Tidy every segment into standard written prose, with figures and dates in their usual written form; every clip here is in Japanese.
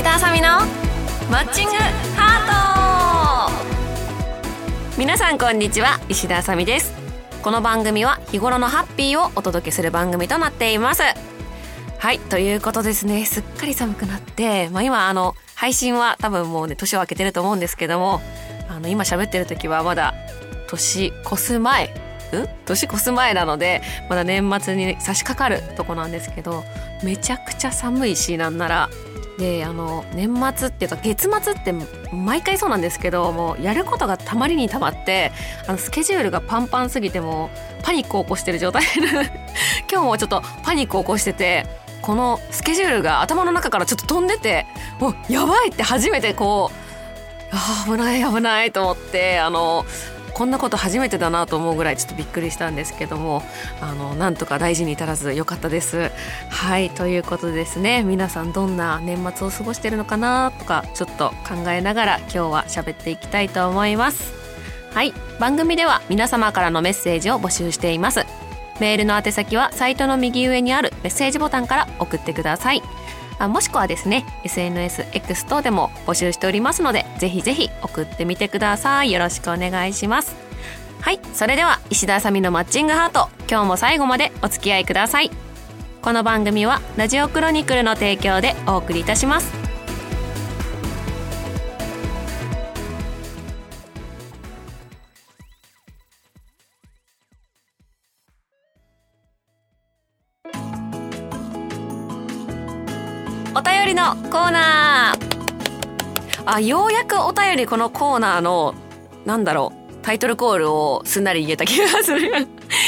田あさみのマッチングハート。皆さんこんにちは、石田あさみです。この番組は日頃のハッピーをお届けする番組となっています。はい、ということですね、すっかり寒くなって、今配信は多分もうね年を明けてると思うんですけども、今喋ってる時はまだ年越す前なので、まだ年末に差し掛かるとこなんですけど、めちゃくちゃ寒いし、なんならで年末っていうか月末って毎回そうなんですけど、もうやることがたまりにたまって、スケジュールがパンパンすぎてもうパニックを起こしてる状態今日もちょっとパニックを起こしてて、このスケジュールが頭の中からちょっと飛んでて、もうやばいって初めてこう、危ないと思って、こんなこと初めてだなと思うぐらいちょっとびっくりしたんですけども、なんとか大事に至らずよかったです。はい、ということでですね、皆さんどんな年末を過ごしてるのかなとかちょっと考えながら今日は喋っていきたいと思います。はい、番組では皆様からのメッセージを募集しています。メールの宛先はサイトの右上にあるメッセージボタンから送ってください。もしくはですね SNSX 等でも募集しておりますので、ぜひぜひ送ってみてください。よろしくお願いします。はい、それでは石田あさみのマッチングハート、今日も最後までお付き合いください。この番組はラジオクロニクルの提供でお送りいたします。お便りのコーナー。ようやくお便りこのコーナーのタイトルコールをすんなり言えた気がする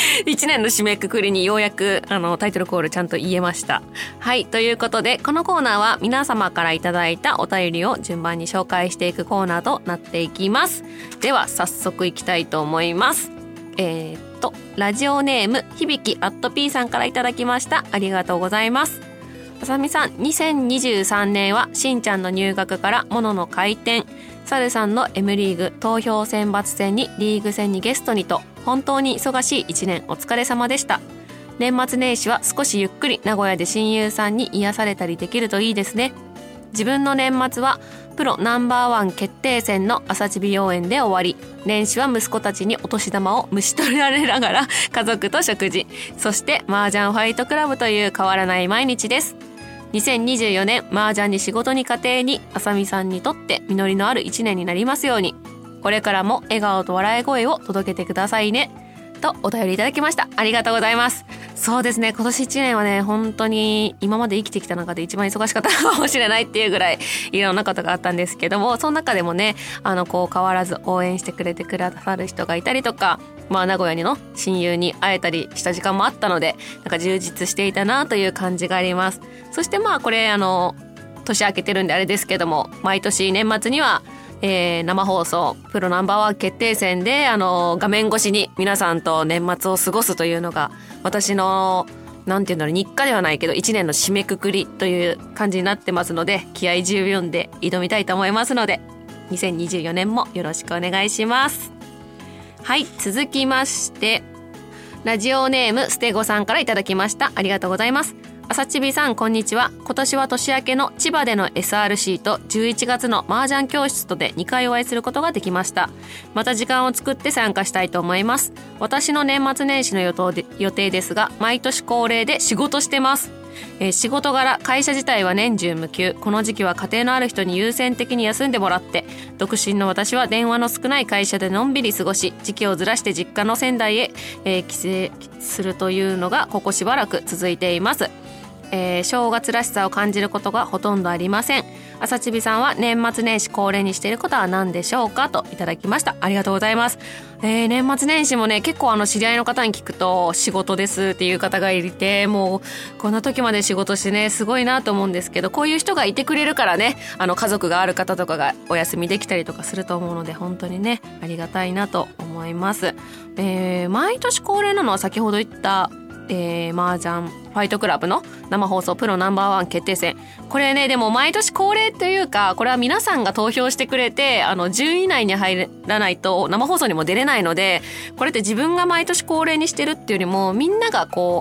1年の締めくくりにようやくタイトルコールちゃんと言えました。はい、ということでこのコーナーは皆様からいただいたお便りを順番に紹介していくコーナーとなっていきます。では早速いきたいと思います。ラジオネーム響き@p さんからいただきました。ありがとうございます。あさみさん、2023年はしんちゃんの入学からモノの開店、サルさんの M リーグ投票選抜戦にリーグ戦にゲストにと、本当に忙しい1年お疲れ様でした。年末年始は少しゆっくり名古屋で親友さんに癒されたりできるといいですね。自分の年末はプロNo.1決定戦の朝チビ応援で終わり、年始は息子たちにお年玉をむし取られながら家族と食事、そして麻雀ファイトクラブという変わらない毎日です。2024年、麻雀に仕事に家庭に、あさみさんにとって実りのある一年になりますように。これからも笑顔と笑い声を届けてくださいね。とお便りいただきました。ありがとうございます。そうですね、今年1年はね、本当に今まで生きてきた中で一番忙しかったかもしれないっていうぐらいいろんなことがあったんですけども、その中でもね、変わらず応援してくれてくださる人がいたりとか、名古屋にの親友に会えたりした時間もあったので、充実していたなという感じがあります。そしてこれ年明けてるんであれですけども、毎年年末には生放送プロNo.1決定戦で画面越しに皆さんと年末を過ごすというのが私の日課ではないけど1年の締めくくりという感じになってますので、気合十分で挑みたいと思いますので、2024年もよろしくお願いします。はい、続きましてラジオネームステゴさんからいただきました。ありがとうございます。あさちびさん、こんにちは。今年は年明けの千葉での SRC と11月の麻雀教室とで2回お会いすることができました。また時間を作って参加したいと思います。私の年末年始の予定ですが、毎年恒例で仕事してます。仕事柄会社自体は年中無休。この時期は家庭のある人に優先的に休んでもらって、独身の私は電話の少ない会社でのんびり過ごし、時期をずらして実家の仙台へ、帰省するというのがここしばらく続いています。正月らしさを感じることがほとんどありません。あさちびさんは年末年始恒例にしていることは何でしょうか、といただきました。ありがとうございます。年末年始もね、結構知り合いの方に聞くと仕事ですっていう方がいて、もうこんな時まで仕事してね、すごいなと思うんですけど、こういう人がいてくれるからね、家族がある方とかがお休みできたりとかすると思うので、本当にね、ありがたいなと思います。毎年恒例なのは先ほど言った麻雀ファイトクラブの生放送プロNo.1決定戦。これね、でも毎年恒例というか、これは皆さんが投票してくれて10位以内に入らないと生放送にも出れないので、これって自分が毎年恒例にしてるっていうよりも、みんなが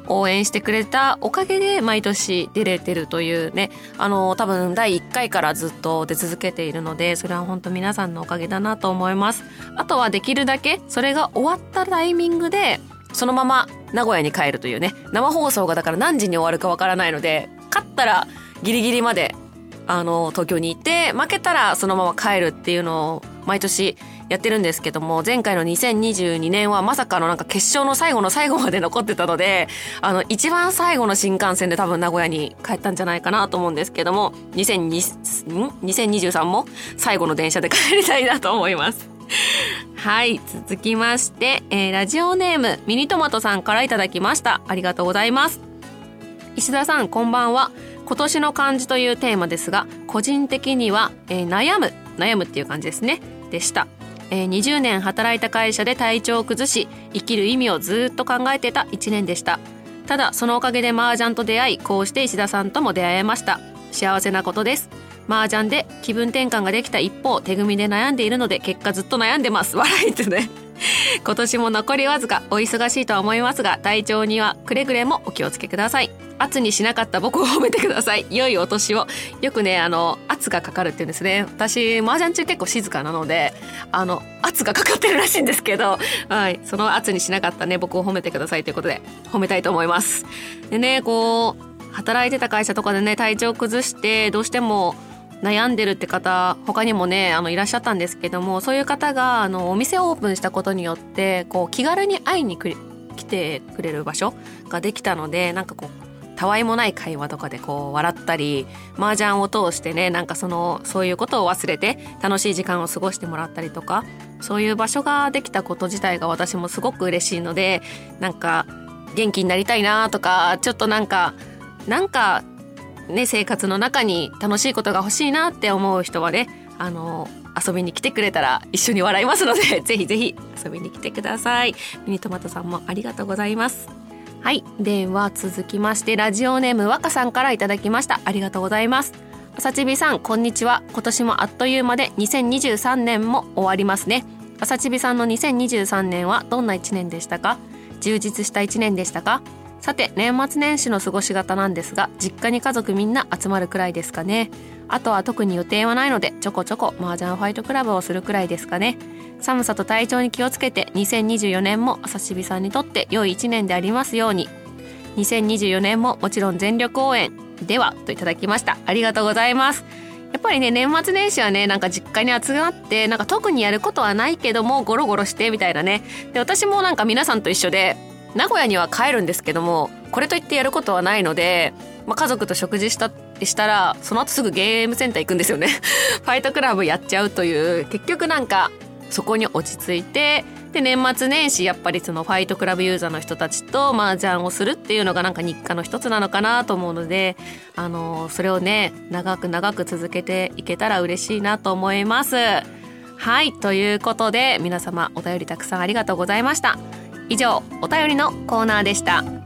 応援してくれたおかげで毎年出れてるというね、多分第1回からずっと出続けているので、それは本当皆さんのおかげだなと思います。あとはできるだけそれが終わったタイミングでそのまま名古屋に帰るというね、生放送がだから何時に終わるかわからないので、勝ったらギリギリまで東京に行って、負けたらそのまま帰るっていうのを毎年やってるんですけども、前回の2022年はまさかのなんか決勝の最後の最後まで残ってたので、一番最後の新幹線で多分名古屋に帰ったんじゃないかなと思うんですけども、2023も最後の電車で帰りたいなと思います。はい、続きまして、ラジオネームミニトマトさんからいただきました。ありがとうございます。石田さん、こんばんは。今年の漢字というテーマですが、個人的には、悩むっていう感じですねでした。20年働いた会社で体調を崩し、生きる意味をずっと考えてた1年でした。ただそのおかげで麻雀と出会い、こうして石田さんとも出会えました。幸せなことです。麻雀で気分転換ができた一方、手組みで悩んでいるので結果ずっと悩んでます。笑いってね。今年も残りわずか、お忙しいとは思いますが、体調にはくれぐれもお気をつけください。圧にしなかった僕を褒めてください。良いお年を。よくね、圧がかかるって言うんですね。私麻雀中結構静かなので、圧がかかってるらしいんですけど、はい、その圧にしなかったね僕を褒めてくださいということで褒めたいと思います。でね、こう働いてた会社とかでね、体調崩してどうしても悩んでるって方他にもねいらっしゃったんですけども、そういう方がお店をオープンしたことによってこう気軽に会いに来てくれる場所ができたので、なんかこうたわいもない会話とかでこう笑ったり、麻雀を通してね、なんかそういうことを忘れて楽しい時間を過ごしてもらったりとか、そういう場所ができたこと自体が私もすごく嬉しいので、なんか元気になりたいなとか、ちょっとなんかね、生活の中に楽しいことが欲しいなって思う人はね、遊びに来てくれたら一緒に笑いますのでぜひぜひ遊びに来てください。ミニトマトさんもありがとうございます。はい、では続きましてラジオネーム若さんからいただきました。ありがとうございます。朝ちびさん、こんにちは。今年もあっという間で2023年も終わりますね。朝ちびさんの2023年はどんな1年でしたか？充実した1年でしたか？さて、年末年始の過ごし方なんですが、実家に家族みんな集まるくらいですかね。あとは特に予定はないので、ちょこちょこ麻雀ファイトクラブをするくらいですかね。寒さと体調に気をつけて、2024年も朝ちびさんにとって良い1年でありますように。2024年ももちろん全力応援ではといただきました。ありがとうございます。やっぱりね、年末年始はね、なんか実家に集まって、なんか特にやることはないけどもゴロゴロしてみたいなね。で、私もなんか皆さんと一緒で名古屋には帰るんですけども、これといってやることはないので、家族と食事したらその後すぐゲームセンター行くんですよね。ファイトクラブやっちゃうという、結局なんかそこに落ち着いて、で年末年始やっぱりそのファイトクラブユーザーの人たちと麻雀をするっていうのがなんか日課の一つなのかなと思うので、それをね長く続けていけたら嬉しいなと思います。はい、ということで皆様お便りたくさんありがとうございました。以上、お便りのコーナーでした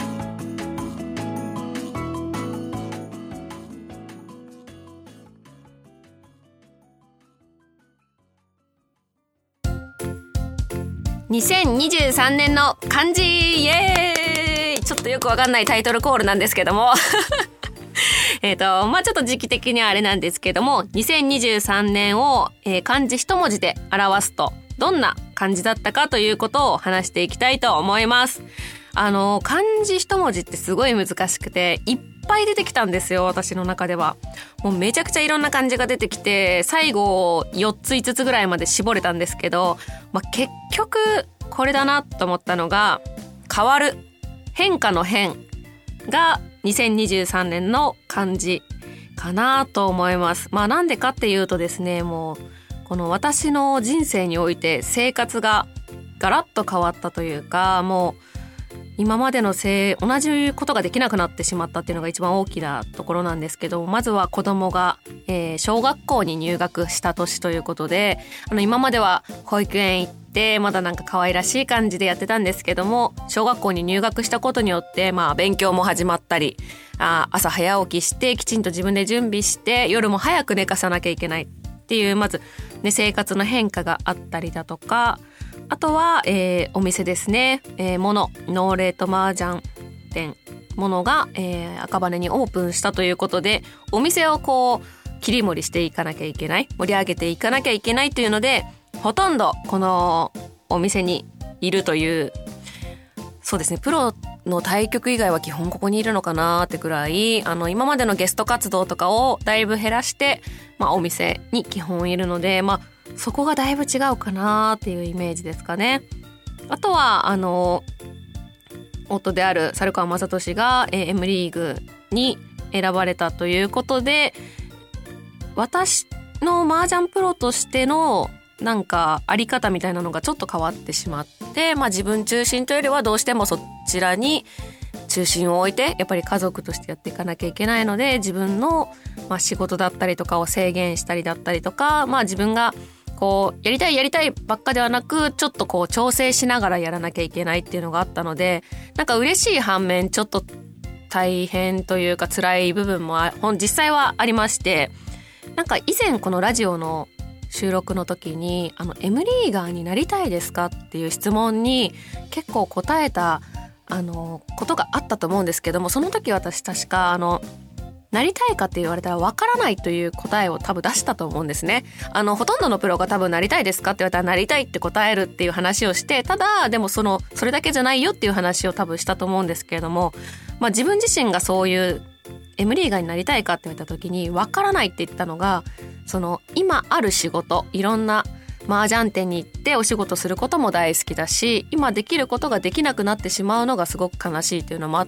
。2023年の漢字イエーイ。ちょっとよくわかんないタイトルコールなんですけどもちょっと時期的にはあれなんですけども、2023年を、漢字一文字で表すとどんな漢字だったかということを話していきたいと思います。漢字一文字ってすごい難しくていっぱい出てきたんですよ。私の中ではもうめちゃくちゃいろんな漢字が出てきて、最後4つ5つぐらいまで絞れたんですけど、結局これだなと思ったのが、変わる、変化の変が2023年の漢字かなと思います。なんでかっていうとですね、もうこの私の人生において生活がガラッと変わったというか、もう今までの同じことができなくなってしまったっていうのが一番大きなところなんですけど、まずは子供が、小学校に入学した年ということで、今までは保育園行ってまだなんか可愛らしい感じでやってたんですけども、小学校に入学したことによって勉強も始まったり、朝早起きしてきちんと自分で準備して夜も早く寝かさなきゃいけないっていう、まず、ね、生活の変化があったりだとか、あとは、お店ですね、ノーレート麻雀店ものが、赤羽にオープンしたということで、お店をこう切り盛りしていかなきゃいけない、盛り上げていかなきゃいけないというので、ほとんどこのお店にいるという、そうですね、プロの対局以外は基本ここにいるのかなってくらい、今までのゲスト活動とかをだいぶ減らして、お店に基本いるので、そこがだいぶ違うかなっていうイメージですかね。あとは夫である猿川雅俊が M リーグに選ばれたということで、私の麻雀プロとしてのなんかあり方みたいなのがちょっと変わってしまって、自分中心というよりはどうしてもそちらに中心を置いて、やっぱり家族としてやっていかなきゃいけないので、自分の仕事だったりとかを制限したりだったりとか、自分がこうやりたいばっかではなく、ちょっとこう調整しながらやらなきゃいけないっていうのがあったので、なんか嬉しい反面ちょっと大変というか辛い部分も実際はありまして、なんか以前このラジオの収録の時にM リーガーになりたいですかっていう質問に結構答えたことがあったと思うんですけども、その時私確かなりたいかって言われたらわからないという答えを多分出したと思うんですね。ほとんどのプロが多分なりたいですかって言われたらなりたいって答えるっていう話をして、ただでもそれだけじゃないよっていう話を多分したと思うんですけれども、自分自身がそういうM リーガーになりたいかって言われた時にわからないって言ったのが、今ある仕事、いろんな麻雀店に行ってお仕事することも大好きだし、今できることができなくなってしまうのがすごく悲しいというのもあって、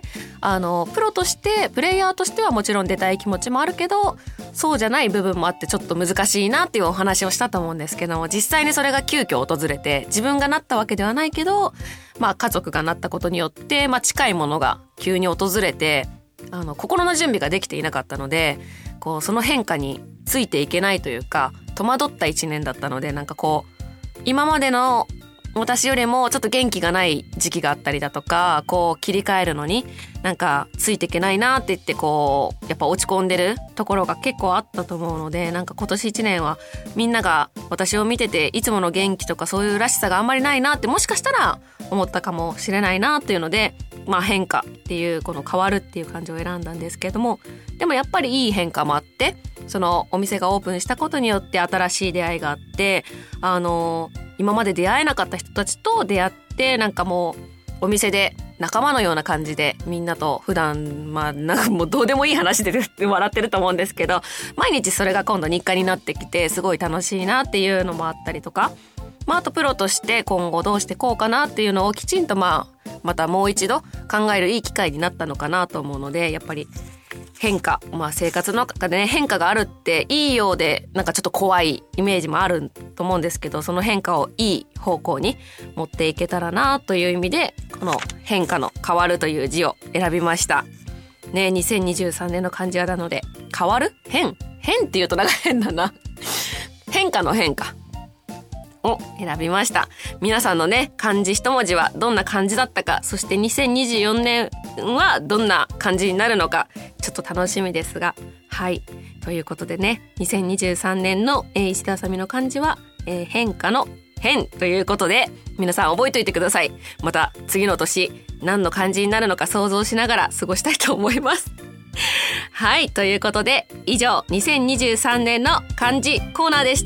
プロとしてプレイヤーとしてはもちろん出たい気持ちもあるけど、そうじゃない部分もあってちょっと難しいなっていうお話をしたと思うんですけども、実際にそれが急遽訪れて、自分がなったわけではないけど、家族がなったことによって、近いものが急に訪れて、心の準備ができていなかったので、こうその変化についていけないというか戸惑った1年だったので、なんかこう今までの私よりもちょっと元気がない時期があったりだとか、こう切り替えるのになんかついていけないなって言って、こうやっぱ落ち込んでるところが結構あったと思うので、なんか今年1年はみんなが私を見てていつもの元気とかそういうらしさがあんまりないなってもしかしたら思ったかもしれないなっていうので、変化っていうこの変わるっていう感じを選んだんですけれども、でもやっぱりいい変化もあって、そのお店がオープンしたことによって新しい出会いがあって、今まで出会えなかった人たちと出会って、なんかもうお店で仲間のような感じでみんなと普段なんかもうどうでもいい話で笑ってると思うんですけど、毎日それが今度日課になってきてすごい楽しいなっていうのもあったりとか、あとプロとして今後どうしてこうかなっていうのをきちんとまたもう一度考えるいい機会になったのかなと思うので、やっぱり変化、生活の中でね、変化があるっていいようでなんかちょっと怖いイメージもあると思うんですけど、その変化をいい方向に持っていけたらなという意味で、この変化の変わるという字を選びましたね。2023年の漢字はなので、変わる、変っていうとなんか変だな変化の変化を選びました。皆さんのね、漢字一文字はどんな漢字だったか、そして2024年はどんな漢字になるのか、ちょっと楽しみですが、はい、ということでね、2023年の石田あさみの漢字は、変化の変ということで、皆さん覚えておいてください。また次の年何の漢字になるのか想像しながら過ごしたいと思いますはい、ということで以上2023年の漢字コーナーでした。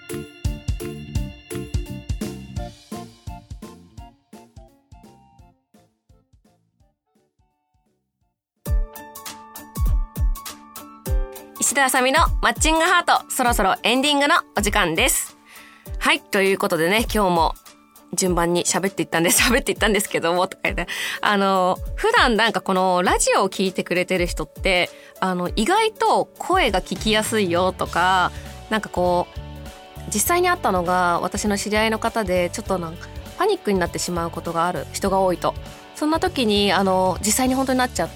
石田あさみのマッチングハート、そろそろエンディングのお時間です。はい、ということでね、今日も順番に喋っていったんですけども、とか言って、普段なんかこのラジオを聞いてくれてる人って、意外と声が聞きやすいよとか、なんかこう、実際にあったのが私の知り合いの方で、ちょっとなんかパニックになってしまうことがある人が多いと。そんな時に実際に本当になっちゃって、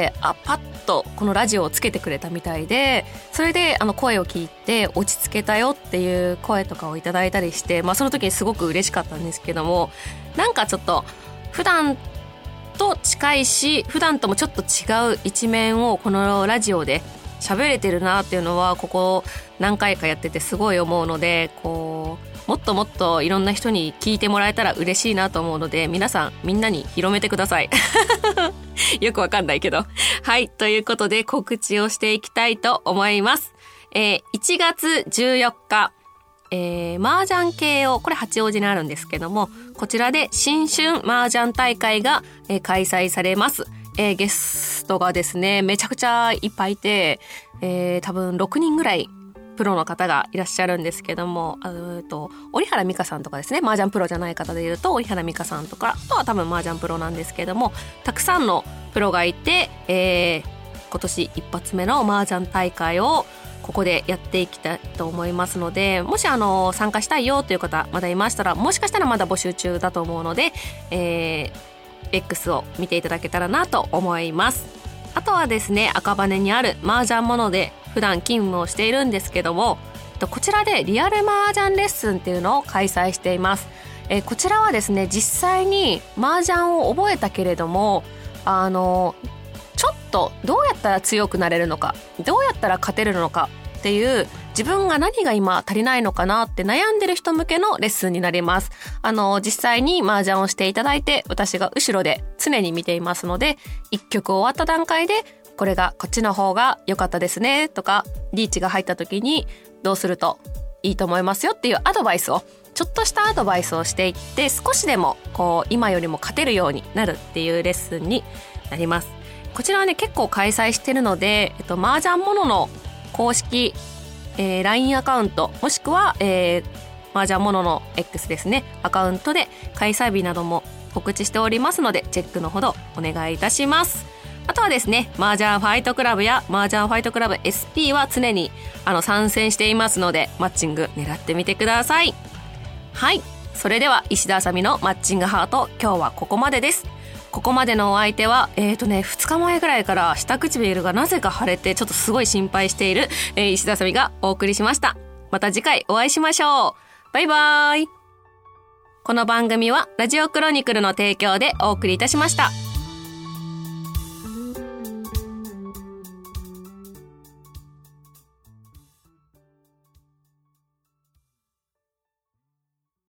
パッとこのラジオをつけてくれたみたいで、それで声を聞いて落ち着けたよっていう声とかをいただいたりして、その時にすごく嬉しかったんですけども、なんかちょっと普段と近いし、普段ともちょっと違う一面をこのラジオで喋れてるなっていうのは、ここ何回かやっててすごい思うので、こうもっともっといろんな人に聞いてもらえたら嬉しいなと思うので、皆さんみんなに広めてくださいよくわかんないけど。はい、ということで告知をしていきたいと思います。1月14日、麻雀系を、これ八王子にあるんですけども、こちらで新春麻雀大会が、開催されます。ゲストがですね、めちゃくちゃいっぱいいて、多分6人ぐらいプロの方がいらっしゃるんですけども、折原美香さんとかですね、麻雀プロじゃない方でいうと折原美香さんとか、あとは多分麻雀プロなんですけども、たくさんのプロがいて、今年一発目の麻雀大会をここでやっていきたいと思いますので、もし参加したいよという方まだいましたら、もしかしたらまだ募集中だと思うので、X を見ていただけたらなと思います。あとはですね、赤羽にある麻雀モノで普段勤務をしているんですけども、こちらでリアル麻雀レッスンっていうのを開催しています。こちらはですね、実際に麻雀を覚えたけれども、ちょっとどうやったら強くなれるのか、どうやったら勝てるのかっていう、自分が何が今足りないのかなって悩んでる人向けのレッスンになります。実際に麻雀をしていただいて、私が後ろで常に見ていますので、1局終わった段階でこれがこっちの方が良かったですねとか、リーチが入った時にどうするといいと思いますよっていうアドバイスを、ちょっとしたアドバイスをしていって、少しでも今よりも勝てるようになるっていうレッスンになります。こちらはね、結構開催してるので、麻雀モノの公式LINE アカウント、もしくは、麻雀モノの X ですね、アカウントで開催日なども告知しておりますので、チェックのほどお願いいたします。あとはですね、麻雀ファイトクラブや麻雀ファイトクラブ SP は常に参戦していますので、マッチング狙ってみてください。はい、それでは石田あさみのマッチングハート、今日はここまでです。ここまでのお相手は2日前ぐらいから下唇がなぜか腫れてちょっとすごい心配している、石田あさみがお送りしました。また次回お会いしましょう。バイバーイ。この番組はラジオクロニクルの提供でお送りいたしました。